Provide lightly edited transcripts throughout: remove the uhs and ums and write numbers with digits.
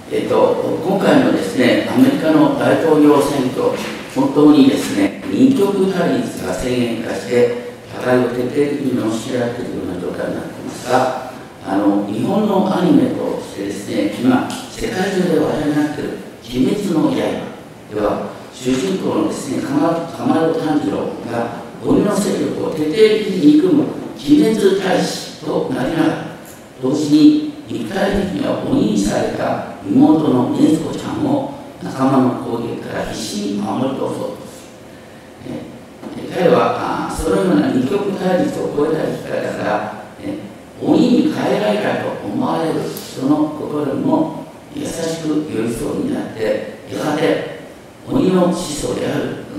今回のですね、アメリカの大統領選挙、本当にですね、二極対立が先鋭化して、互いを徹底的に罵られているような状態になっていますが、日本のアニメとしてですね、今、世界中で話題になっている鬼滅の刃では、主人公のですね、竈門炭治郎が鬼の勢力を徹底的に憎む鬼滅大使となりながら、同時に肉体的には鬼にされた妹の禰豆子ちゃんを仲間の攻撃から必死に守り通そうとする。彼はそのような二極対立を超えた生き方から、鬼に変えられたと思われる人の心にも優しく寄り添うになって、やがて鬼の始祖である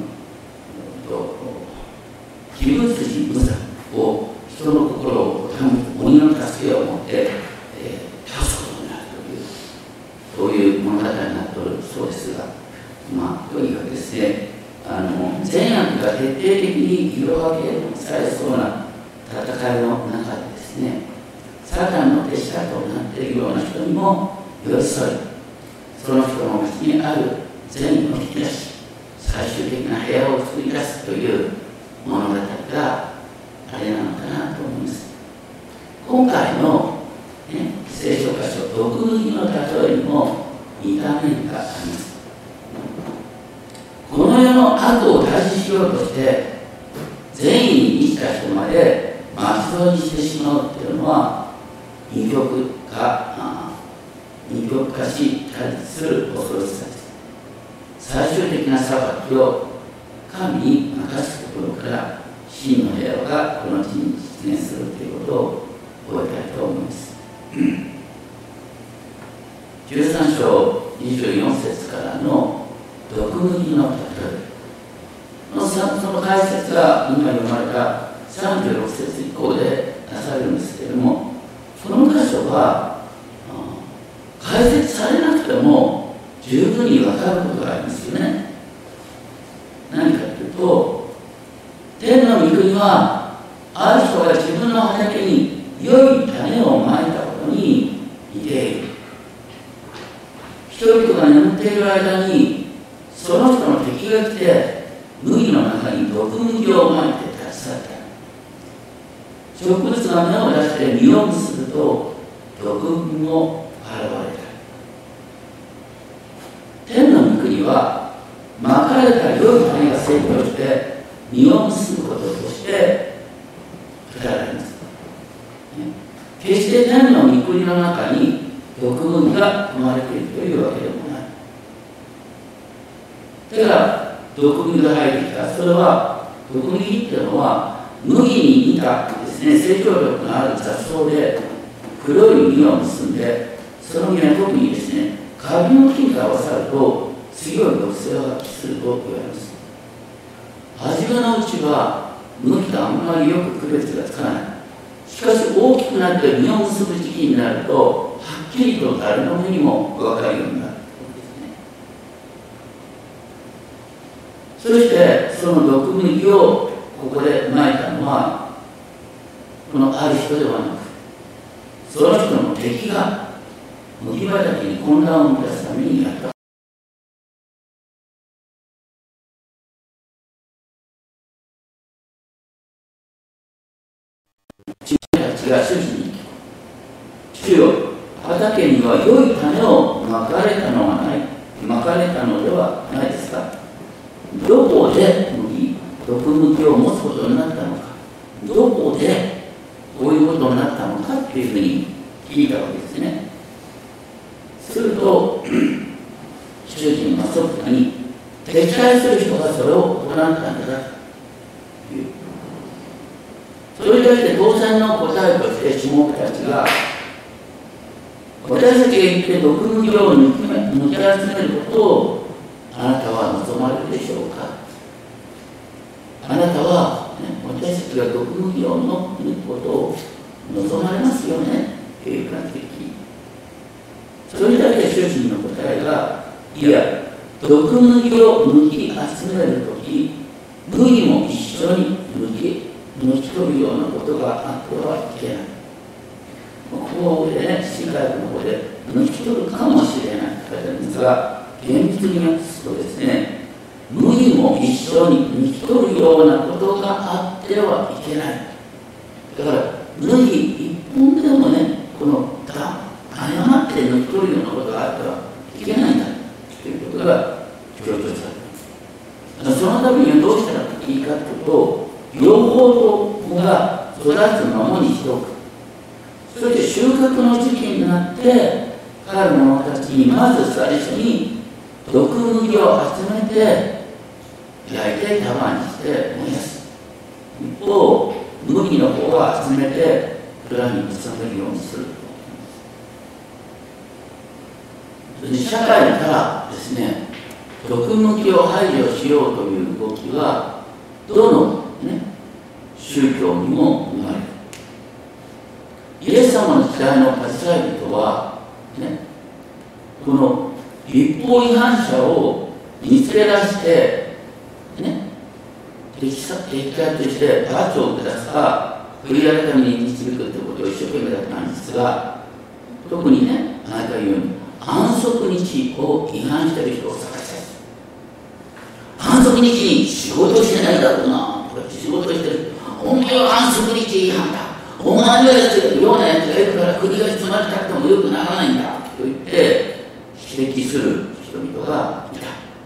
鬼舞辻無惨を人の心を鬼の助けを持って倒すことになるという、そういう物語になっておるそうですが、とにかくですね、善悪が徹底的に色分けされそうな戦いの中でですね、サタンの手下となっているような人にも寄り添い、その人のうちにある善意を引き出し、最終的な平和を作り出すという物語があれなのかなと思います。今回の、聖書箇所、毒麦の例えにも似た面があります。この世の悪を退治しようとして善意に満ちた人まで巻き添えにしてしまうというのは二極化し対立する恐ろしさです。最終的な裁きを神に任すところから真の平和がこの地に実現するということを覚えたいと思います。13章24節からの毒麦の例え、その解説が今読まれた36節以降でなされるんですけれども、この箇所は解説されなくても十分に分かることがありますよね。何かというと、天の御国はある人が自分の畑に良い種をまいたことに似ている。人々が眠っている間にその人の敵が来て麦の中に毒麦をまいて立ち去った。植物が芽を出して実を結ぶと毒麦も現れた。天の御国はまかれた良い種が成長して実を結ぶこととして語られます。決して天の御国の中に毒麦が生まれているというわけでもない。だから毒麦が入ってきた。それは毒麦っていうのは麦に似たですね、成長力のある雑草で黒い実を結んで、その実は特にですね、カビの菌が合わさると強い毒性を発揮すると言われます。初めのうちは麦とあんまりよく区別がつかない。しかし大きくなって実を結ぶ時期になるとはっきりと誰の目にも分かるようになる。そしてその毒麦をここでまいたのはこのある人ではなく、その人の敵が麦畑に混乱をもたらすためにやった。父たちが主人に主よ、畑には良い種をまかれたのではないですか。どこで毒麦を持つことになったのか、どこでこういうことになったのかっていうふうに聞いたわけですね。すると主人は即座に敵対する人がそれを行ったんだという。それに対して当然の答えとしてしもべたちが、私たちが言って毒麦を抜き集めることをあなたは望まれるでしょうか。あなたは、私たちが毒麦を抜くことを望まれますよねという感じで聞いた。それに対して主人の答えが、いや、毒麦を抜き集めるとき、麦も一緒に抜き取るようなことがあってはいけない。ここでね、世界の方で抜き取るかもしれますが、厳密に訳すとですね、麦も一緒に煮取るようなことがあってはいけない。だから麦一本でもね、この誤って抜き取るようなことがあってはいけないんだということが強調されています。そのためにはどうしたらいいかというと、両方とが育つままにしておく。そして収穫の時期になってかかる者たちにまず最初に毒麦を集めて焼いて束にして燃やす。一方、麦の方は集めて蔵に収めるようにする。そして社会からですね、毒麦を排除しようという動きはどの、ね、宗教にも生まれる。イエス様の時代のパリサイ人は、ね、この立法違反者を見つけ出して、ね、摘発して罰を下すか悔い改めに導くということを一生懸命やったんですが、特にね、あなたが言うように安息日を違反している人を探せ。安息日に仕事してないだろうなとか、仕事してる。お前は安息日違反だ。お前がやってるようなやつがいるから国が詰まりたくてもよくならないんだと言って指摘する人々がいた。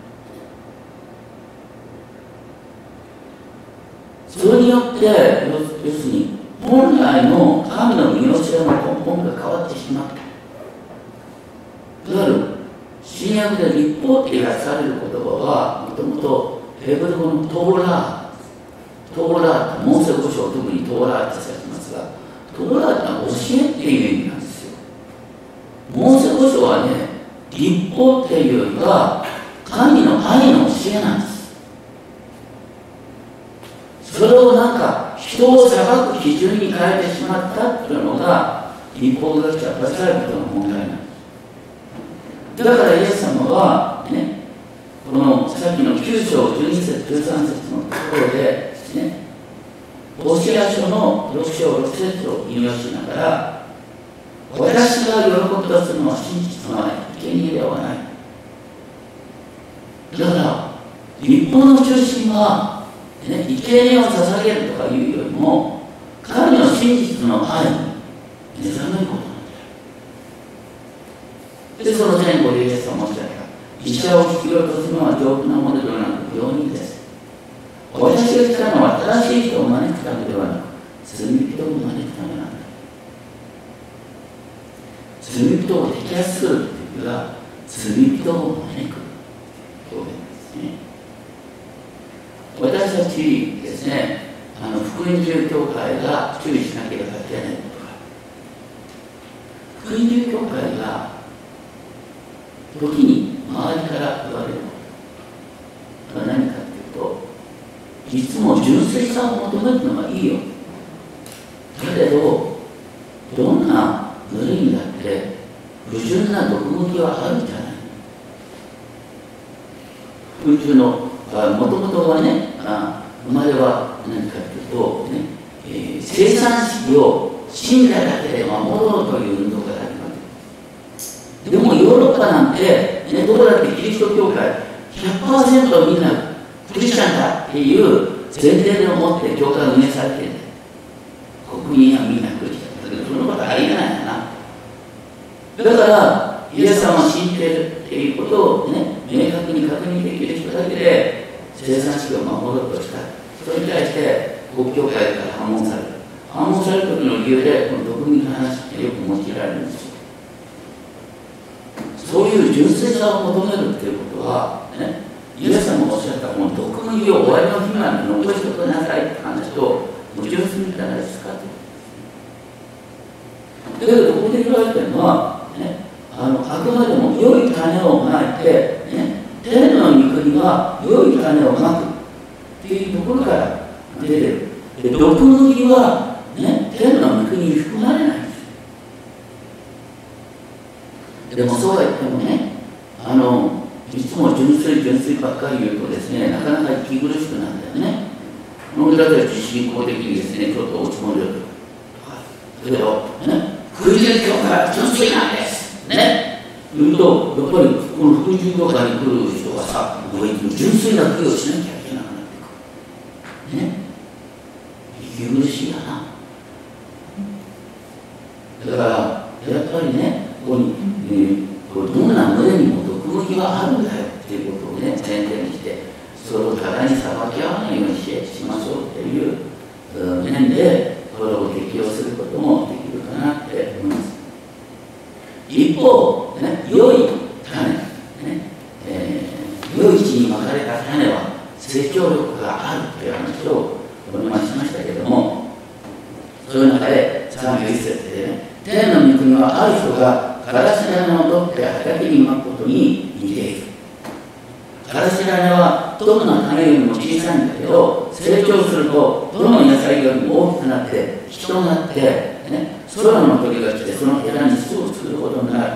それによって要するに本来の神の見教えの根本が変わってしまった。いわゆる新約で立法って訳される言葉はもともとヘブル語のトーラー、モーセ五書を特にトーラーってされてますが、トーラーってのは教えっていう意味なんですよ。モーセ五書はね、立法っていうよりは神の愛の教えなんです。それをなんか人を裁く基準に変えてしまったというのが立法学者パリサイ人の問題なんです。だからイエス様はね、このさっきの9章12節13節のところでですね、ホシア書の6章6節を引用しながら、私が喜びとするのは真実の愛、生贄ではない。だから立法の中心は、ね、生贄を捧げるとかいうよりも神の真実の愛に目覚めることなんだよ。で、その前後でイエスは申し上げた。医者を引き落とすのは丈夫なものではなく病人です。私が来たのは正しい人を招くためではなく罪人を招くためなんだ。罪人を摘発するという時は罪人を招く表現ですね。私たちですね、福音住教会が注意しなければいけないことが、福音住教会が時に周りから言われることは何かというと、いつも純粋さを求めるのはいいよ。だけど、どんなぬるいんだって不純な毒麦はあるんじゃない。宇宙のもともとはね、生まれは何かというと、ね、生産式を信者だけで守ろうという運動が始まる。でもヨーロッパなんて、ね、どこだってキリスト教会 100% みんなクリスチャンだっていう前提で思って教会が運営されてるんだよ。国民はみんなクリスチャンだけど、そのことはありえないんだな。だからイエス様を信じているっていうことをね、明確に確認できる人だけで生産式を守ろうとした。それに対して国教会から反問される。反問される時の理由でこの毒味の話ってよく用いられるんですよ。そういう純粋さを求めるっていうことは、ね、イエス様がおっしゃったこの毒麦を終わりの日まで残しておきなさいって話と矛盾するんじゃないですかと。だけどここで言われてるのは、ね、あくまでも良い種をまいて、ね、天の御国は良い種をまくっていうところから出てる。で、毒麦は、ね、天の御国に含まれないんです。でもそうは言ってもね、いつも純粋ばっかり言うとですね、なかなか息苦しくなるんだよね。だから自信公的にですね、ちょっと落ち込んでるとか。だけど、ね、クリスチャン教会は純粋なんです。ね。 言うと、やっぱりこの福音宗教会に来る人がさ、純粋な供養しなきゃいけなくなってくる。ね。息苦しいやな。だから、やっぱりね、ここに、どんな胸にも毒向きはあるんだよっていうことをね、前提にして、それを互いに裁き合わないようにしましょうっていう面で、これを適用することもできるかなって思います。一方、ね、良い種、ね良い地にまかれた種は成長力があるという話をお見ましましたけれども、そういう中で31節でね、天の御国はある人がからし種を取って畑にまくことに似ている。からし種はどんな種よりも小さいんだけど、成長するとどの野菜よりも大きくなって人となって、ね、空の鳥が来てその枝に巣を作ることになる。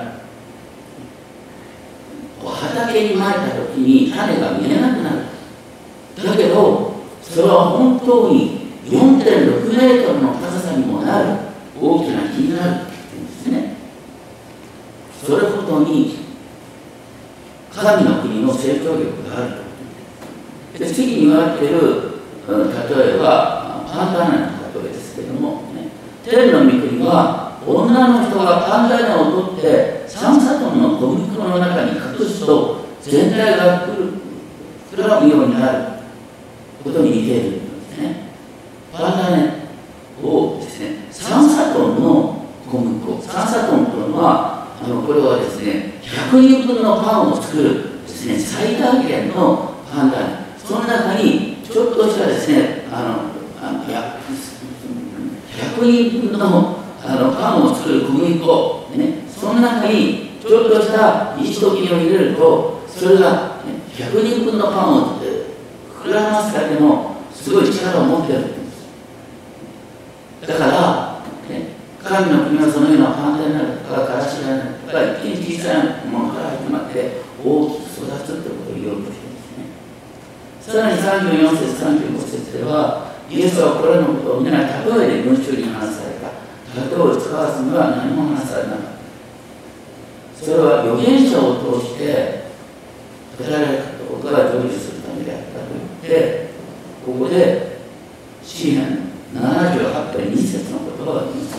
畑にまいた時に種が見えなくなる。だけどそれは本当に 4.6 メートルの高さにもなる大きな木になるって言うんですね。それほどに神の国の成長力があると。で、次に言われている例えばパンダネの例えですけども、ね、天の御国は女の人がパンダネを取って3サトンの小袋の中に隠すと全体が膨らむようになることに似ているんですね。パンダネをですね、3サトンの小麦粉、3サトンというのはこれはですね、100人分のパンを作るですね、最大限のパンダネ、その中にちょっとしたですね、100人分のパンを作る小麦粉、ね、その中にちょっとした石と金を入れると、それが、ね、100人分のパンを膨らますだけのすごい力を持っているんです。だから、ね、神の国はそのようなパンダになるとか、からしがなるとか、一見小さいものから始まって大きく育つということを言おうとしていますね。さらに34節、35節では、イエスはこれらのことを皆例えで群衆に話された。例えを使わずには何も話されなかった。それは預言者を通して語られたことが成就するためであったと言って、ここで詩編78編2節の言葉があります。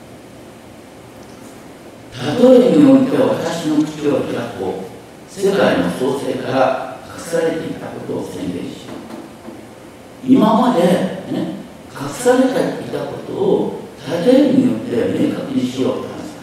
例えにおいて私の口を開こう。世界の創生から隠されていたことを宣言しよう。今まで、ね、隠されていたことを例えによって明確にしようと話した。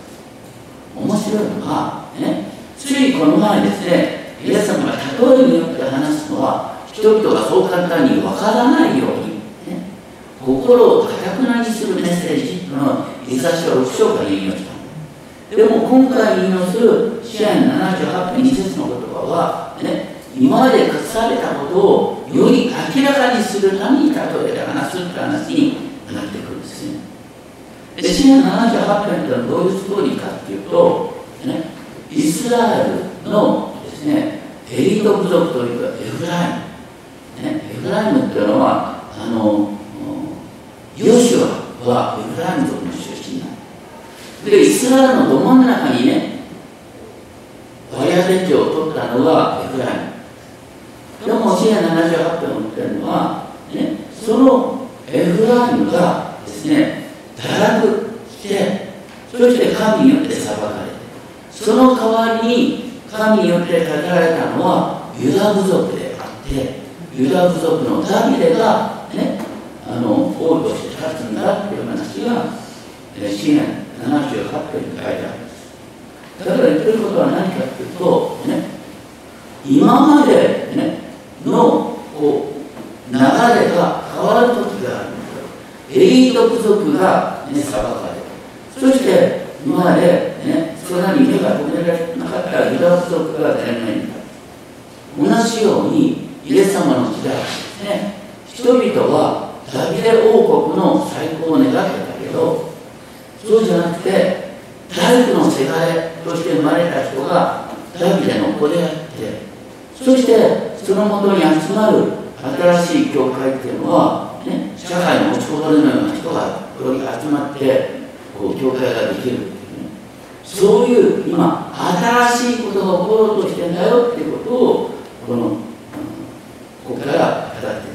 面白いのは、ね、ついこの前ですね、イエス様が例えによって話すのは、人々がそう簡単にわからないように、ね、心を堅くなにするメッセージのイザヤ書6章から引用した。でも今回引用する詩編78編2節の言葉は、ね、今まで隠されたことをより明らかにするために例えで話すって話になってくるんですね。で、詩編78編というのはどういうストーリーかっていうと、ね、イスラエルのですね、エリート部族というかエフライム、ね、エフライムっていうのはヨシュアはエフライム族の出身なんで、イスラエルのど真ん中にね、ワリアテ地を取ったのがエフライム。でも詩編78編を言ってるのは、ね、そのエフライムがですね、堕落して、そして神によって裁かれて、その代わりに神によって語られたのはユダ部族であって、ユダ部族のダビデが、ね、王として立つんだっていう話が詩編78編に書いてあるんです。だから言ってることは何かというと、ね、今まで、ね、の流れが変わる時があるんですよ。エリート部族が、ね、裁かれる。そして今まで、ね、それなりに目が止められなかったユダ部族が前面に立つ。同じようにイエス様の時代ですね、人々はダビデ王国の再興を願ってたけど、そうじゃなくて大工のせがれとして生まれた人がダビデの子であって、そしてそのもとに集まる新しい教会っていうのは、ね、社会の落ちこぼれのような人がここに集まってこう教会ができるっていうね、 そういう今新しいことが起ころうとしてんだよっていうことをここから語っています。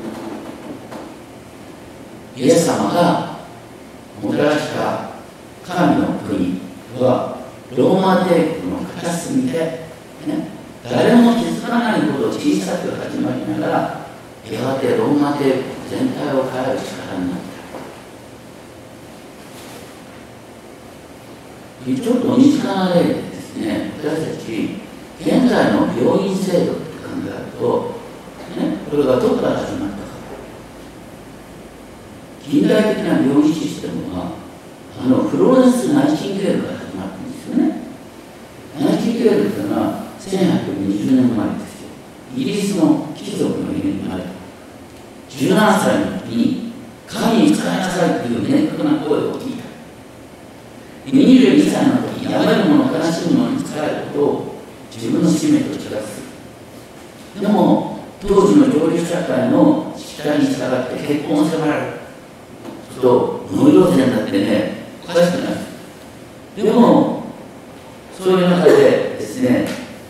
イエス様がもたらした神の国はローマ帝国の片隅で、誰も気づかないほど小さく始まりながらやがてローマ帝国全体を変える力になった。ちょっと身近な例でですね、私たち現在の病院制度って考えると、これがどこから始まったか。近代的な病院システムはフローレンス・ナイチンゲールから始まったんですよね。ナイチンゲールというのは1820年生まれですよ。イギリスの貴族の家に生まれた。17歳の時に神に仕えなさいという明確な声を聞いた。22歳の時にやめるもの、悲しむものに仕えることを自分の使命と気がする。でも当時の上流社会のしきたりに従って結婚を迫られるとノイローゼになってね、おかしくなる。でもそういう中でですね、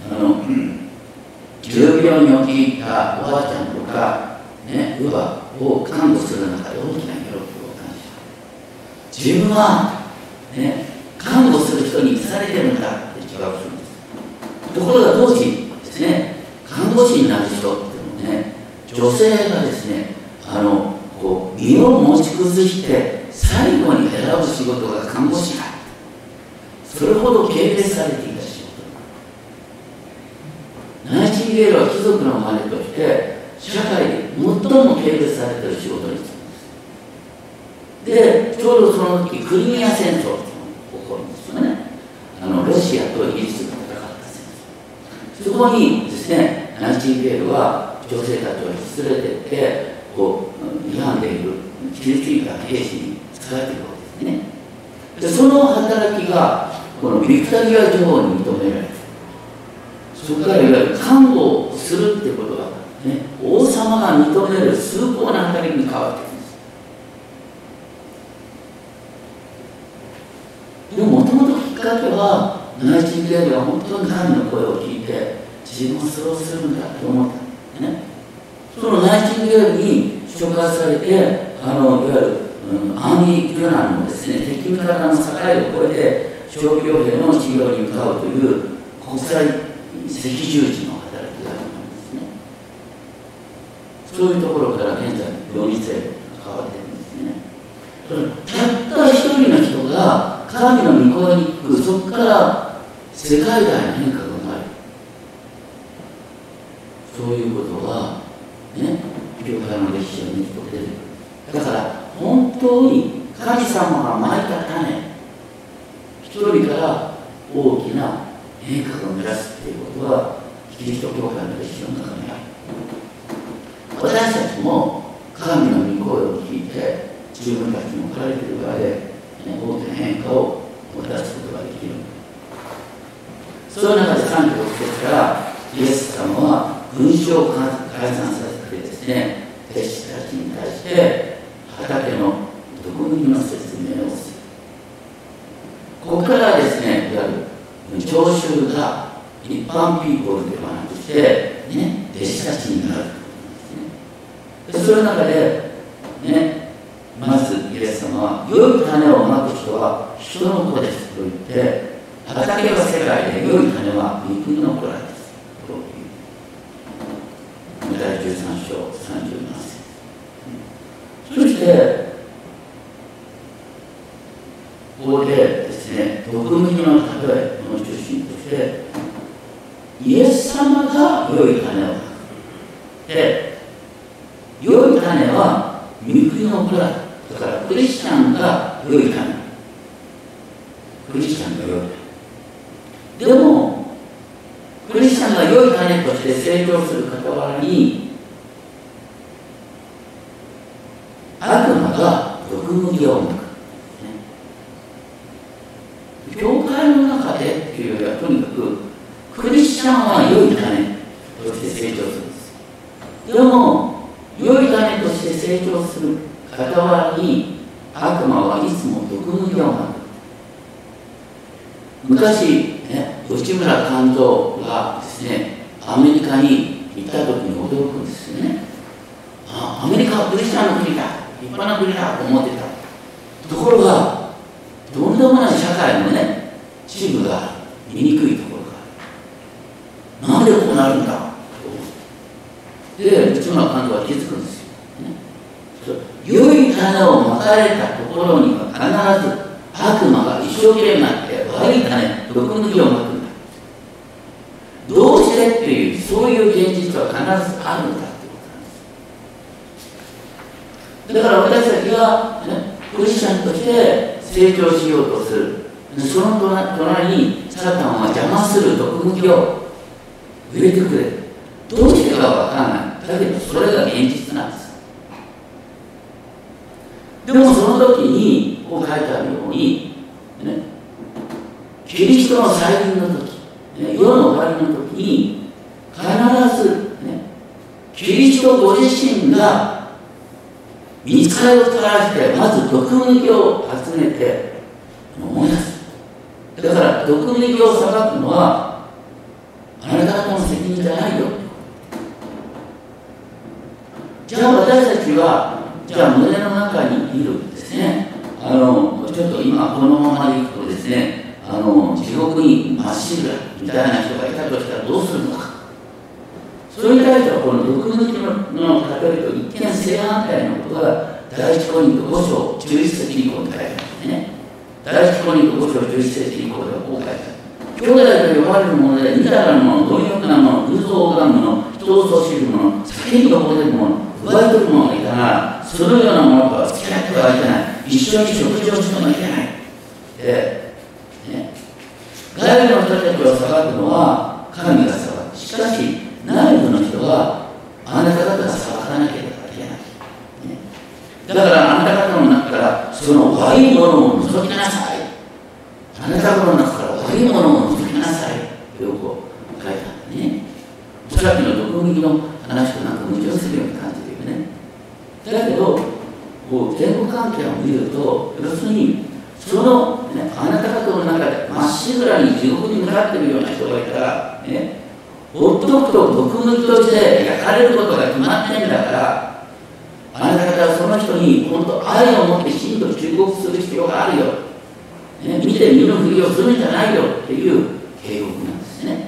重病に陥ったおばあちゃんとか、乳母を看護する中で大きな喜びを感じた。自分は、看護する人にされてるんだって気がするんです。ところが当時ですね、看護師になる人っていうのはね、女性がですね、身を持ち崩して最後に選ぶ仕事が看護師だ。それほど軽蔑されていた仕事。ナイチンゲールは貴族の生まれとして社会で最も軽蔑されている仕事に就くんです。で、ちょうどその時クリミア戦争が起こるんですよね。ロシアとイギリスが戦った戦争。そこにですね、ナイチンゲールは女性たちを連れてって病んでいる傷ついた兵士に使えているわけですね。でその働きがこのビクトリア女王に認められた。そこからいわゆる看護をするっていうことが、王様が認める崇高な働きに変わっているんです。でももともときっかけはナイチンゲールが本当に神の声を聞いて自分はそれをするんだと思った、そのナイチンゲールに紹介されて、いわゆる、アーミー・ピュナのですね、敵味方の境を越えて傷病兵の治療に向かうという国際赤十字の働きがあるんですね。そういうところから現在病院制度が変わっているんですね。たった一人の人が神の御声に聞く、そこから世界大の変化が生まれる。そういうことは教会の歴史を見ると出てくる。だから本当に神様がまいた種、一人から大きな変化を生み出すということはキリスト教会の歴史の中にある。私たちも神の御声を聞いて自分たちの置かれている側で、大きな変化をもたらすことができる。その中で36節からイエス様は群衆を解散させてですね、弟子たちに対して畑の毒麦の説明をする。ここからですね、いわゆる聴衆が一般ピーポルではなくて、弟子たちになるということですね。その中で、まずイエス様は良い種をまく人は人の子ですと言って、畑は世界で良い種は御国の子らです。第13章37節。そしてここでですね、毒麦の例えの中心としてイエス様が良い種をまく。で、良い種は御国の子らだからクリスチャンが良い種。クリスチャンが良い種。でもクリスチャンが良い種として成長する傍らに悪魔が毒麦をまく。教会の中でっていうよりはとにかくクリスチャンは良い種として成長するんです。でも良い種として成長する傍らに悪魔はいつも毒麦をまく。 昔、ね、内村勘三がですね、アメリカに行った時に驚くんですよね。アメリカはクリスチャンの国だ、立派な国だと思ってた。ところが、とんでもない社会のね、支部が見にくいところが、なんでこうなるんだと。で、内村勘三は気づくんですよ。良い種をまかれたところには必ず悪魔が一生懸命になって悪い種、毒麦をまくんだ。どうしてっていう、そういう現実は必ずあるんだってことなんです。だから私たちが、ね、クリスチャンとして成長しようとする。その隣にサタンは邪魔する毒麦を入れてくれる。どうしてかわからない。だけどそれが現実なんです。でもその時にこう書いてあるように、ね、キリストの再臨の時、ね、世の終わりの時に必ず、ね、キリストご自身が見つかりを垂らしてまず毒麦を集めて燃やす。だから毒麦を裁くのはあなた方の責任じゃないよ。じゃあ私たちはじゃあ胸の中にいるですね、ちょっと今このままでいくとですね、地獄にまっしぐらみたいな人がいたとしたらどうするのか。それに対してはこの毒抜きの例えと一見正反対のことが第一コリント5章11節以降に書いてあるんですね。第一コリント5章11節以降ではこう書いてある。兄弟と呼ばれるもので似たらぬもの、貪欲なもの、偶像を拝むもの、人を恐れるもの、酒に溺れるもの、奪い取るものがいたなら、そのようなものとは付き合ってはいけない。一緒に食事をしてもいけない。で、ね、外部の人たちを裁くのは神が裁く。しかし、内部の人はあなた方が裁かなければいけない。ね、だからあなた方の中からその悪いものを除きなさい。あなた方の中から悪いものを除きなさい。とよく書いてあるね。さっきの毒麦の話となんか矛盾するような感じでね。だけど、こう前後関係を見ると、要するに、その、ね、あなた方の中でまっしぐらに地獄に向かっているような人がいたら、ね、ほっとくと毒麦として焼かれることが決まってんだから、あなた方はその人に本当愛を持って真と忠告する必要があるよ。ね、見て見ぬふりをするんじゃないよっていう警告なんですね。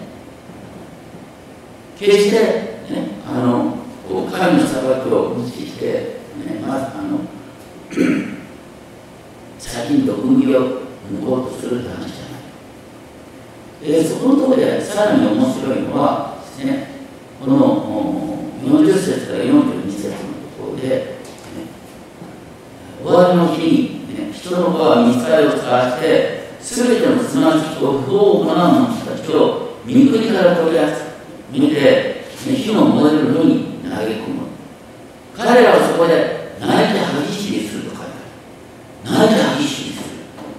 決して、ね、こう神の裁きを無視して、ね、まず先に毒麦を抜こうとするって話じゃない。そこのところでさらに面白いのはですね、この40節から42節のところで、ね、終わりの日に、ね、人の子は見つかりを使わして、すべてのすなわち不法を行う者たちを御国から取り出す、見て、火の燃える炉に投げ込む。彼らはそこで泣いて歯ぎしりすると書いてある。泣いて歯ぎしりする。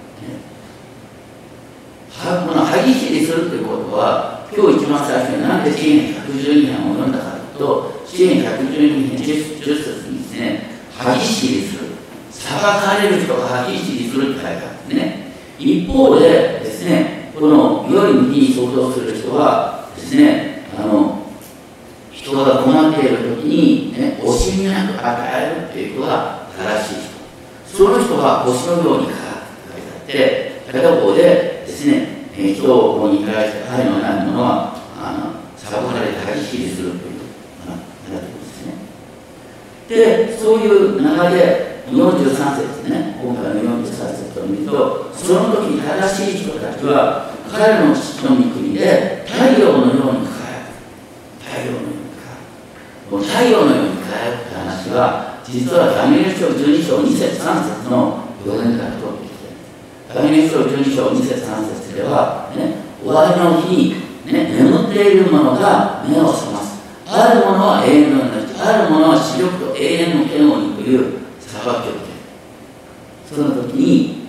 この歯ぎしりするということは、今日一番最初になんで詩篇112編を読んだかというと、詩篇112編10節にですね、歯ぎしりする。裁かれる人が歯ぎしりするって書いてあるんですね。一方でですね、この良い道に相当する人はですね、人が困っているときに、ね、惜しみなく与えるということが正しい人。その人は星のようにかかって書いてあって、片方でですね、人をに対して愛のないものは裁かれて歯ぎしりするというですね。で、そういう流れで43節ね、今回の43節を見ると、その時に正しい人たちは彼の父の御国で太陽のように輝く。太陽のように太陽のように輝くって話は、実はダニエル書12章2節3節の予言から取ってきて、ダニエル書12章2節3節では、ね、終わりの日に、ね、眠っている者が目を覚ます。ある者は永遠の命、ある者は死力と永遠の権威という裁きを受ける。その時に、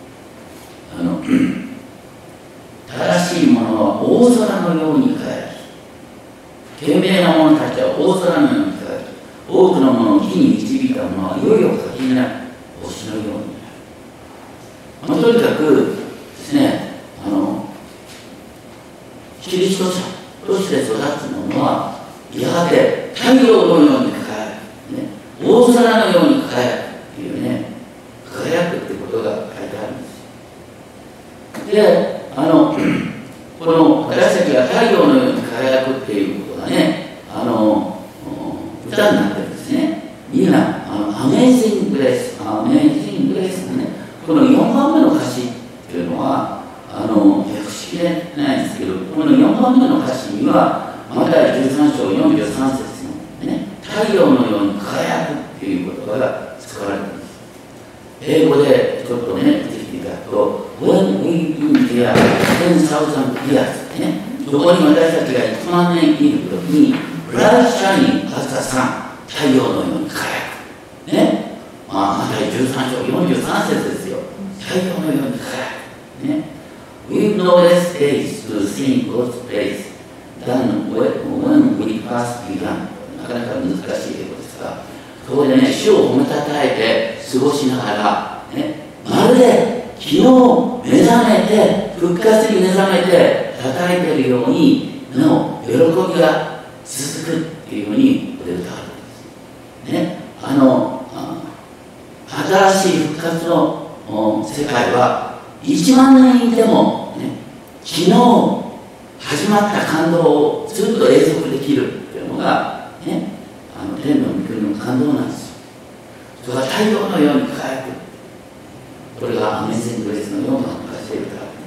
正しい者は大空のように輝き、賢明な者たちは大空のように輝き、多くの者を木に導いた者はいよいよ垣になる星のようになる。とにかくですね、 リスト者として育つ者は、やがて太陽のように輝く、ね、大空のように輝くというね、輝くってことが書いてあるんです。で、この私たちが太陽のように輝くっていうことがね、歌になってるんですね。みんな、アメイジング・グレイス、アメイジング・グレイスのね、この4番目の歌詞っていうのは、訳しきれないんですけど、この4番目の歌詞には、マタイ13章43節のね、太陽のように輝くっていう言葉が使われています。英語でちょっとね、出てきていただくと、When we in there 10,000 years ね、そこに私たちが1万年生きるときに、Bright shining as the sun 太陽のように輝く。ね。マタイ13章43節ですよ。太陽のように輝く。ね。We know less days to sing God's praise than when we first began. なかなか難しい英語ですが、そこでね、主を褒めたたえて過ごしながら、ね、まるで昨日目覚めて、復活に目覚めて叩いているように、なお喜びが続くっていうふうにこれ歌われています。ね、新しい復活の世界は1万年いても、ね、昨日始まった感動をずっと永続できるっていうのが、ね、天の御国の感動なんですよ。それが太陽のように輝く。これがアメイジング・グレイスの4番の歌詞で歌われて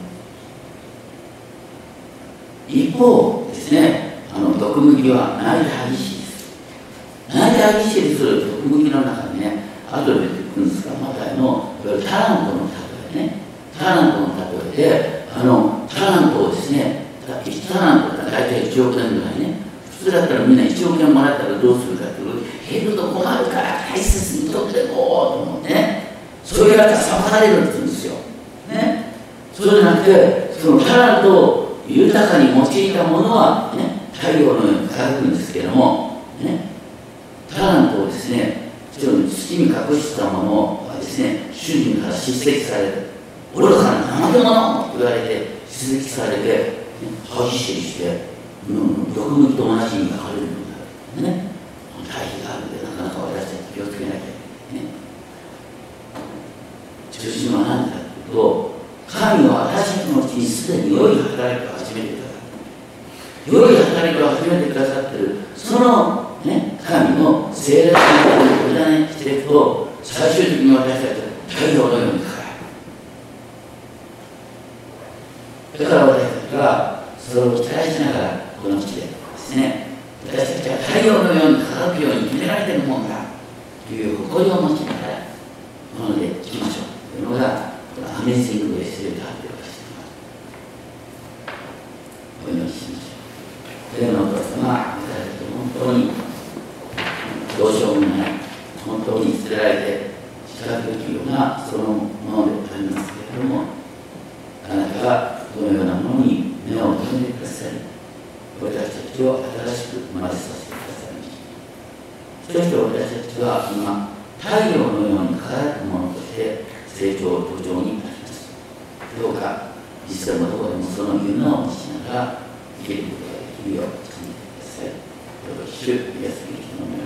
います。一方ですね、毒麦は泣いて歯ぎしりする。泣いて歯ぎしりする毒麦の中にね、後で出てくるんですが、マタイのタラントの例えね、タラントの例えで、タラントをですね、1タラントって大体1億円ぐらいね、普通だったらみんな1億円もらったらどうするかっていう、減ると困るから大切に取ってこうと思ってね、それが裁かれるって言うんですよ。ね、そうじゃなくて、そのタラントを豊かに用いたものは、ね、太陽のように輝くんですけれども、ね、タラントをですね、土に隠したものはですね、主人から叱責される。愚かな怠け者と言われて、叱責されて、歯ぎしりして、毒麦と同じに書かれるようになる。ね、対比があるので、なかなか私たち気をつけなきゃいけない。ね、中心は何だというと、神は私たちのうちにすでに良い働きを始めてくださって、良い働きを始めてくださっている、その、ね、神の聖霊のことを委ねしていくと、最終的に私たちは太陽のように輝く。だから私たちはそれを期待しながらこの地でですね、私たちは太陽のように輝くように決められているもんだという誇りを持ちながらこのでいきましょうというのがアメイジング・グレイスであっています。お祈りしましょう。天のお父様、私たち本当にどうしようもない、本当に捨てられてしかるべきようなそのものでありますけれども、あなたがどのようなものに目を留めてくださり、私たちを新しく生まれさせてくださいました。そして私たちは今、太陽のように輝くものとして成長途上にあります。どうか、いつでもどこでもその夢を持ちながら生きることができるようにしてください。よろしく、イエス・キリストの